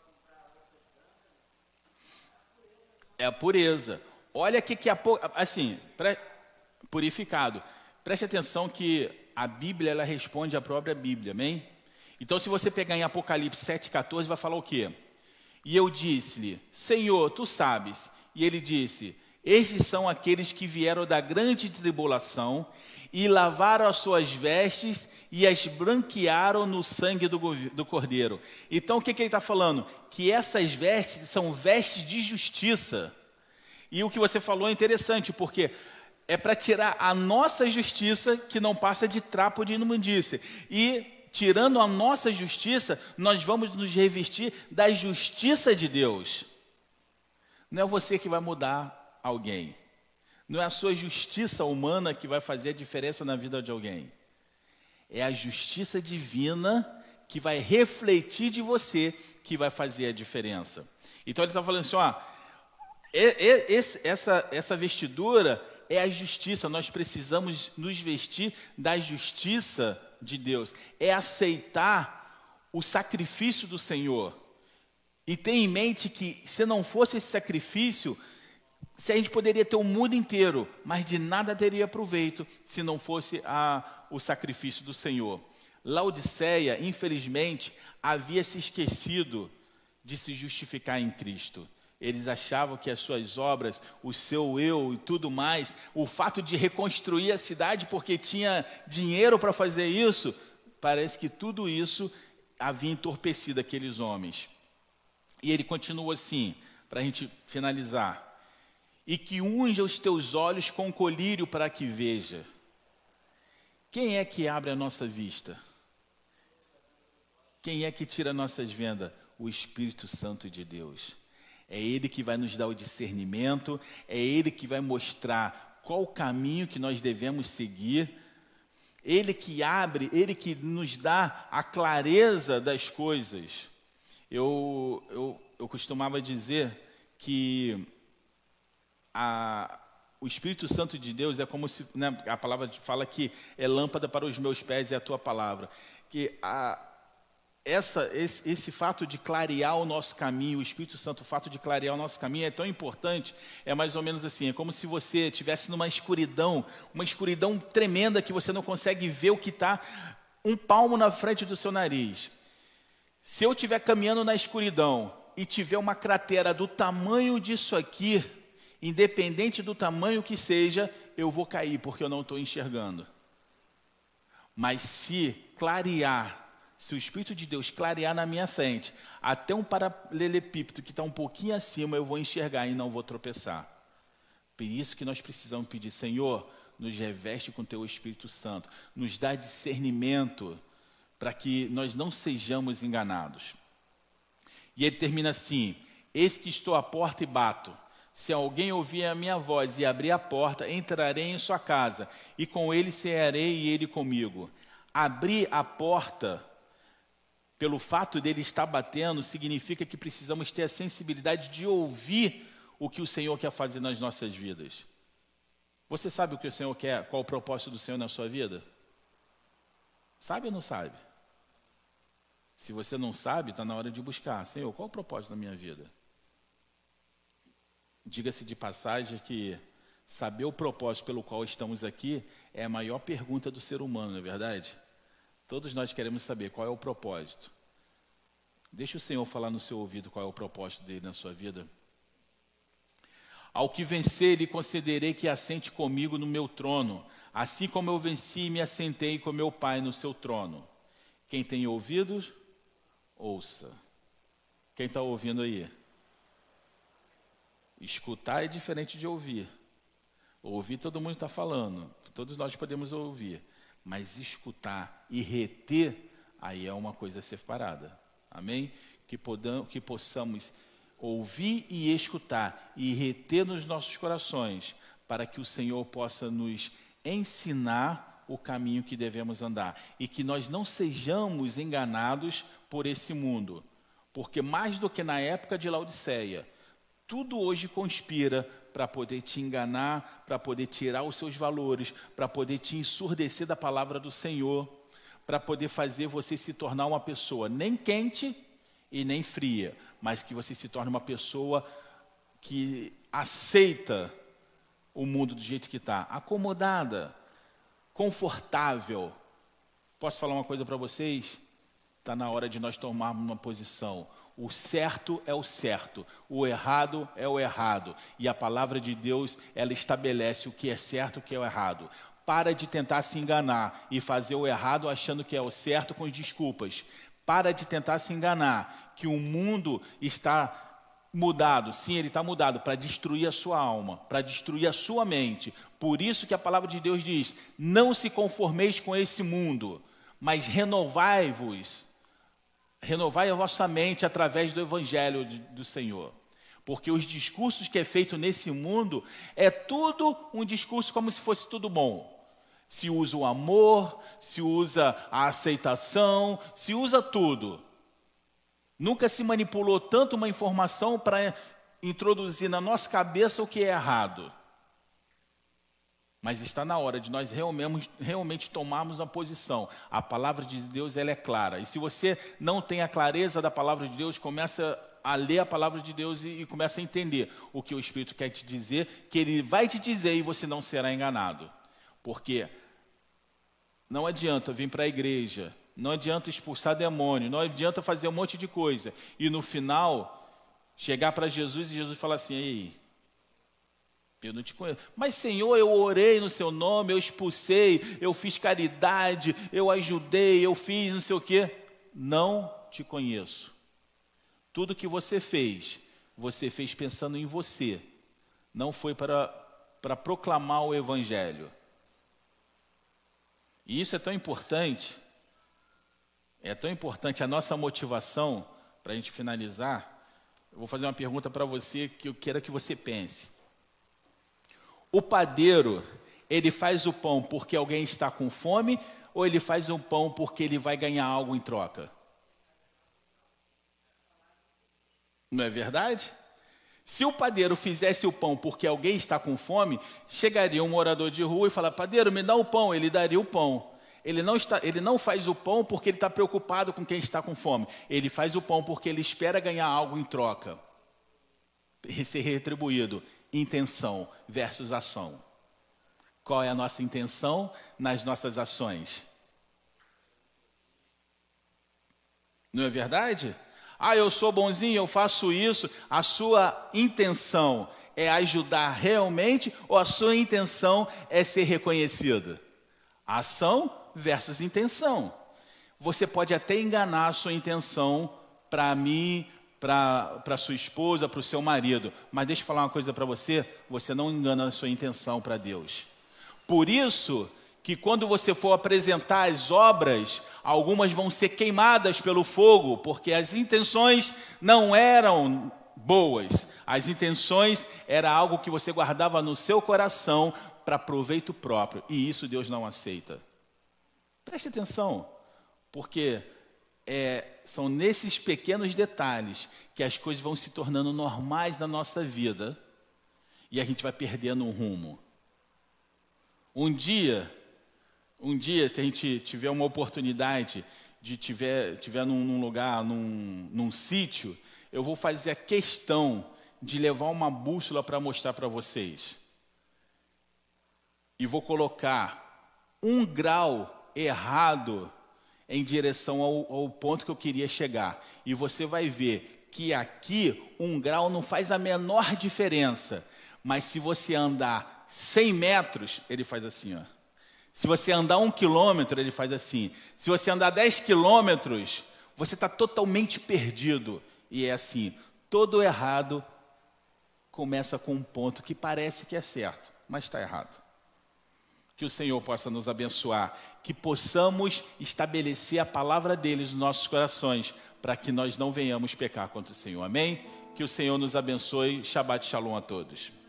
É a pureza. Olha que que a assim, pré, purificado. Preste atenção que a Bíblia ela responde à própria Bíblia, amém? Então, se você pegar em Apocalipse sete, quatorze, vai falar o quê? E eu disse-lhe, Senhor, tu sabes. E ele disse, estes são aqueles que vieram da grande tribulação e lavaram as suas vestes e as branquearam no sangue do, do Cordeiro. Então, o que, que ele está falando? Que essas vestes são vestes de justiça. E o que você falou é interessante, porque é para tirar a nossa justiça, que não passa de trapo de imundícia. E tirando a nossa justiça, nós vamos nos revestir da justiça de Deus. Não é você que vai mudar alguém. Não é a sua justiça humana que vai fazer a diferença na vida de alguém. É a justiça divina que vai refletir de você, que vai fazer a diferença. Então ele está falando assim, ó, esse, essa, essa vestidura é a justiça, nós precisamos nos vestir da justiça de Deus, é aceitar o sacrifício do Senhor. E ter em mente que se não fosse esse sacrifício, se a gente poderia ter o mundo inteiro, mas de nada teria proveito se não fosse a, o sacrifício do Senhor. Laodiceia, infelizmente, havia se esquecido de se justificar em Cristo. Eles achavam que as suas obras, o seu eu e tudo mais, o fato de reconstruir a cidade porque tinha dinheiro para fazer isso, parece que tudo isso havia entorpecido aqueles homens. E ele continua assim, para a gente finalizar. E que unja os teus olhos com colírio para que veja. Quem é que abre a nossa vista? Quem é que tira nossas vendas? O Espírito Santo de Deus. É Ele que vai nos dar o discernimento, é Ele que vai mostrar qual o caminho que nós devemos seguir. Ele que abre, Ele que nos dá a clareza das coisas. Eu, eu, eu costumava dizer que a, o Espírito Santo de Deus é como se, né, a palavra fala que é lâmpada para os meus pés é a tua palavra. Que a, essa, esse, esse fato de clarear o nosso caminho, o Espírito Santo, o fato de clarear o nosso caminho é tão importante, é mais ou menos assim, é como se você estivesse numa escuridão, uma escuridão tremenda que você não consegue ver o que está um palmo na frente do seu nariz. Se eu estiver caminhando na escuridão e tiver uma cratera do tamanho disso aqui, independente do tamanho que seja, eu vou cair, porque eu não estou enxergando. Mas se clarear se o Espírito de Deus clarear na minha frente, até um paralelepípedo que está um pouquinho acima, eu vou enxergar e não vou tropeçar. Por isso que nós precisamos pedir, Senhor, nos reveste com Teu Espírito Santo, nos dá discernimento para que nós não sejamos enganados. E ele termina assim, eis que estou à porta e bato. Se alguém ouvir a minha voz e abrir a porta, entrarei em sua casa, e com ele cearei e ele comigo. Abrir a porta, pelo fato dele estar batendo, significa que precisamos ter a sensibilidade de ouvir o que o Senhor quer fazer nas nossas vidas. Você sabe o que o Senhor quer? Qual o propósito do Senhor na sua vida? Sabe ou não sabe? Se você não sabe, está na hora de buscar. Senhor, qual o propósito da minha vida? Diga-se de passagem que saber o propósito pelo qual estamos aqui é a maior pergunta do ser humano, não é verdade? Todos nós queremos saber qual é o propósito. Deixa o Senhor falar no seu ouvido qual é o propósito dele na sua vida. Ao que vencer, lhe concederei que assente comigo no meu trono, assim como eu venci e me assentei com meu Pai no seu trono. Quem tem ouvidos, ouça. Quem está ouvindo aí? Escutar é diferente de ouvir. Ouvir todo mundo está falando, todos nós podemos ouvir. Mas escutar e reter, aí é uma coisa separada. Amém? Que, podamos, que possamos ouvir e escutar e reter nos nossos corações, para que o Senhor possa nos ensinar o caminho que devemos andar. E que nós não sejamos enganados por esse mundo. Porque mais do que na época de Laodiceia, tudo hoje conspira para poder te enganar, para poder tirar os seus valores, para poder te ensurdecer da palavra do Senhor, para poder fazer você se tornar uma pessoa nem quente e nem fria, mas que você se torne uma pessoa que aceita o mundo do jeito que está, acomodada, confortável. Posso falar uma coisa para vocês? Está na hora de nós tomarmos uma posição. O certo é o certo, o errado é o errado. E a palavra de Deus, ela estabelece o que é certo e o que é o errado. Para de tentar se enganar e fazer o errado achando que é o certo com desculpas. Para de tentar se enganar que o mundo está mudado. Sim, ele está mudado para destruir a sua alma, para destruir a sua mente. Por isso que a palavra de Deus diz, não se conformeis com esse mundo, mas renovai-vos. Renovai a vossa mente através do Evangelho de, do Senhor. Porque os discursos que é feito nesse mundo é tudo um discurso como se fosse tudo bom. Se usa o amor, se usa a aceitação, se usa tudo. Nunca se manipulou tanto uma informação para introduzir na nossa cabeça o que é errado. Mas está na hora de nós realmente, realmente tomarmos a posição. A palavra de Deus, ela é clara. E se você não tem a clareza da palavra de Deus, começa a ler a palavra de Deus e, e começa a entender o que o Espírito quer te dizer, que Ele vai te dizer e você não será enganado. Porque não adianta vir para a igreja, não adianta expulsar demônio, não adianta fazer um monte de coisa. E no final, chegar para Jesus e Jesus falar assim, ei, eu não te conheço. Mas, Senhor, eu orei no seu nome, eu expulsei, eu fiz caridade, eu ajudei, eu fiz não sei o quê. Não te conheço. Tudo que você fez, você fez pensando em você. Não foi para, para proclamar o Evangelho. E isso é tão importante, é tão importante a nossa motivação, para a gente finalizar. Eu vou fazer uma pergunta para você que eu quero que você pense. O padeiro, ele faz o pão porque alguém está com fome ou ele faz o pão porque ele vai ganhar algo em troca? Não é verdade? Se o padeiro fizesse o pão porque alguém está com fome, chegaria um morador de rua e falaria, padeiro, me dá o pão, ele daria o pão. Ele não, está, ele não faz o pão porque ele está preocupado com quem está com fome. Ele faz o pão porque ele espera ganhar algo em troca. Ser retribuído. Intenção versus ação. Qual é a nossa intenção nas nossas ações? Não é verdade? Ah, eu sou bonzinho, eu faço isso. A sua intenção é ajudar realmente ou a sua intenção é ser reconhecida? Ação versus intenção. você pode até enganar a sua intenção para mim, para a sua esposa, para o seu marido. Mas deixa eu falar uma coisa para você, você não engana a sua intenção para Deus. Por isso que quando você for apresentar as obras, algumas vão ser queimadas pelo fogo, porque as intenções não eram boas. As intenções era algo que você guardava no seu coração para proveito próprio. E isso Deus não aceita. Preste atenção, porque é, são nesses pequenos detalhes que as coisas vão se tornando normais na nossa vida e a gente vai perdendo um rumo. Um dia, um dia, se a gente tiver uma oportunidade de tiver, tiver num, num lugar, num, num sítio, eu vou fazer a questão de levar uma bússola para mostrar para vocês. E vou colocar um grau errado em direção ao, ao ponto que eu queria chegar. E você vai ver que aqui um grau não faz a menor diferença. Mas se você andar cem metros, ele faz assim, ó. Se você andar um quilômetro, ele faz assim. Se você andar dez quilômetros, você está totalmente perdido. E é assim, todo errado começa com um ponto que parece que é certo, mas está errado. Que o Senhor possa nos abençoar, que possamos estabelecer a palavra dele nos nossos corações, para que nós não venhamos pecar contra o Senhor. Amém? Que o Senhor nos abençoe. Shabbat Shalom a todos.